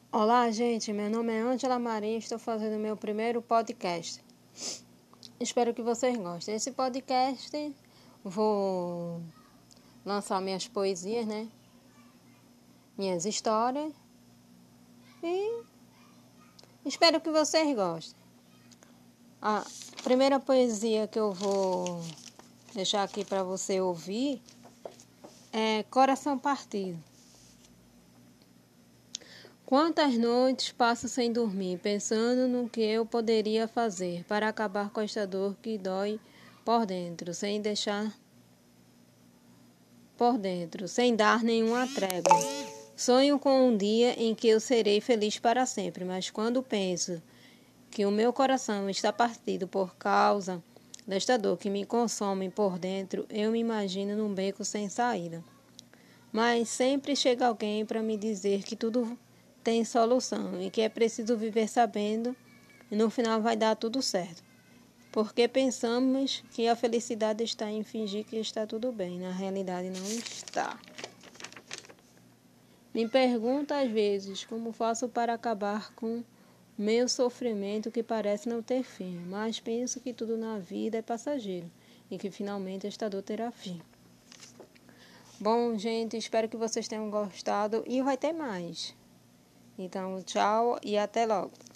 Olá, gente. Meu nome é Ângela Maria e estou fazendo meu primeiro podcast. Espero que vocês gostem. Esse podcast vou lançar minhas poesias, minhas histórias e espero que vocês gostem. A primeira poesia que eu vou deixar aqui para você ouvir é Coração Partido. Quantas noites passo sem dormir, pensando no que eu poderia fazer para acabar com esta dor que dói por dentro, sem dar nenhuma trégua. Sonho com um dia em que eu serei feliz para sempre, mas quando penso que o meu coração está partido por causa desta dor que me consome por dentro, eu me imagino num beco sem saída. Mas sempre chega alguém para me dizer que tudo tem solução e que é preciso viver sabendo e no final vai dar tudo certo. Porque pensamos que a felicidade está em fingir que está tudo bem, na realidade não está. Me pergunto às vezes como faço para acabar com meu sofrimento que parece não ter fim, mas penso que tudo na vida é passageiro e que finalmente esta dor terá fim. Bom, gente, espero que vocês tenham gostado e vai ter mais. Então, tchau e até logo.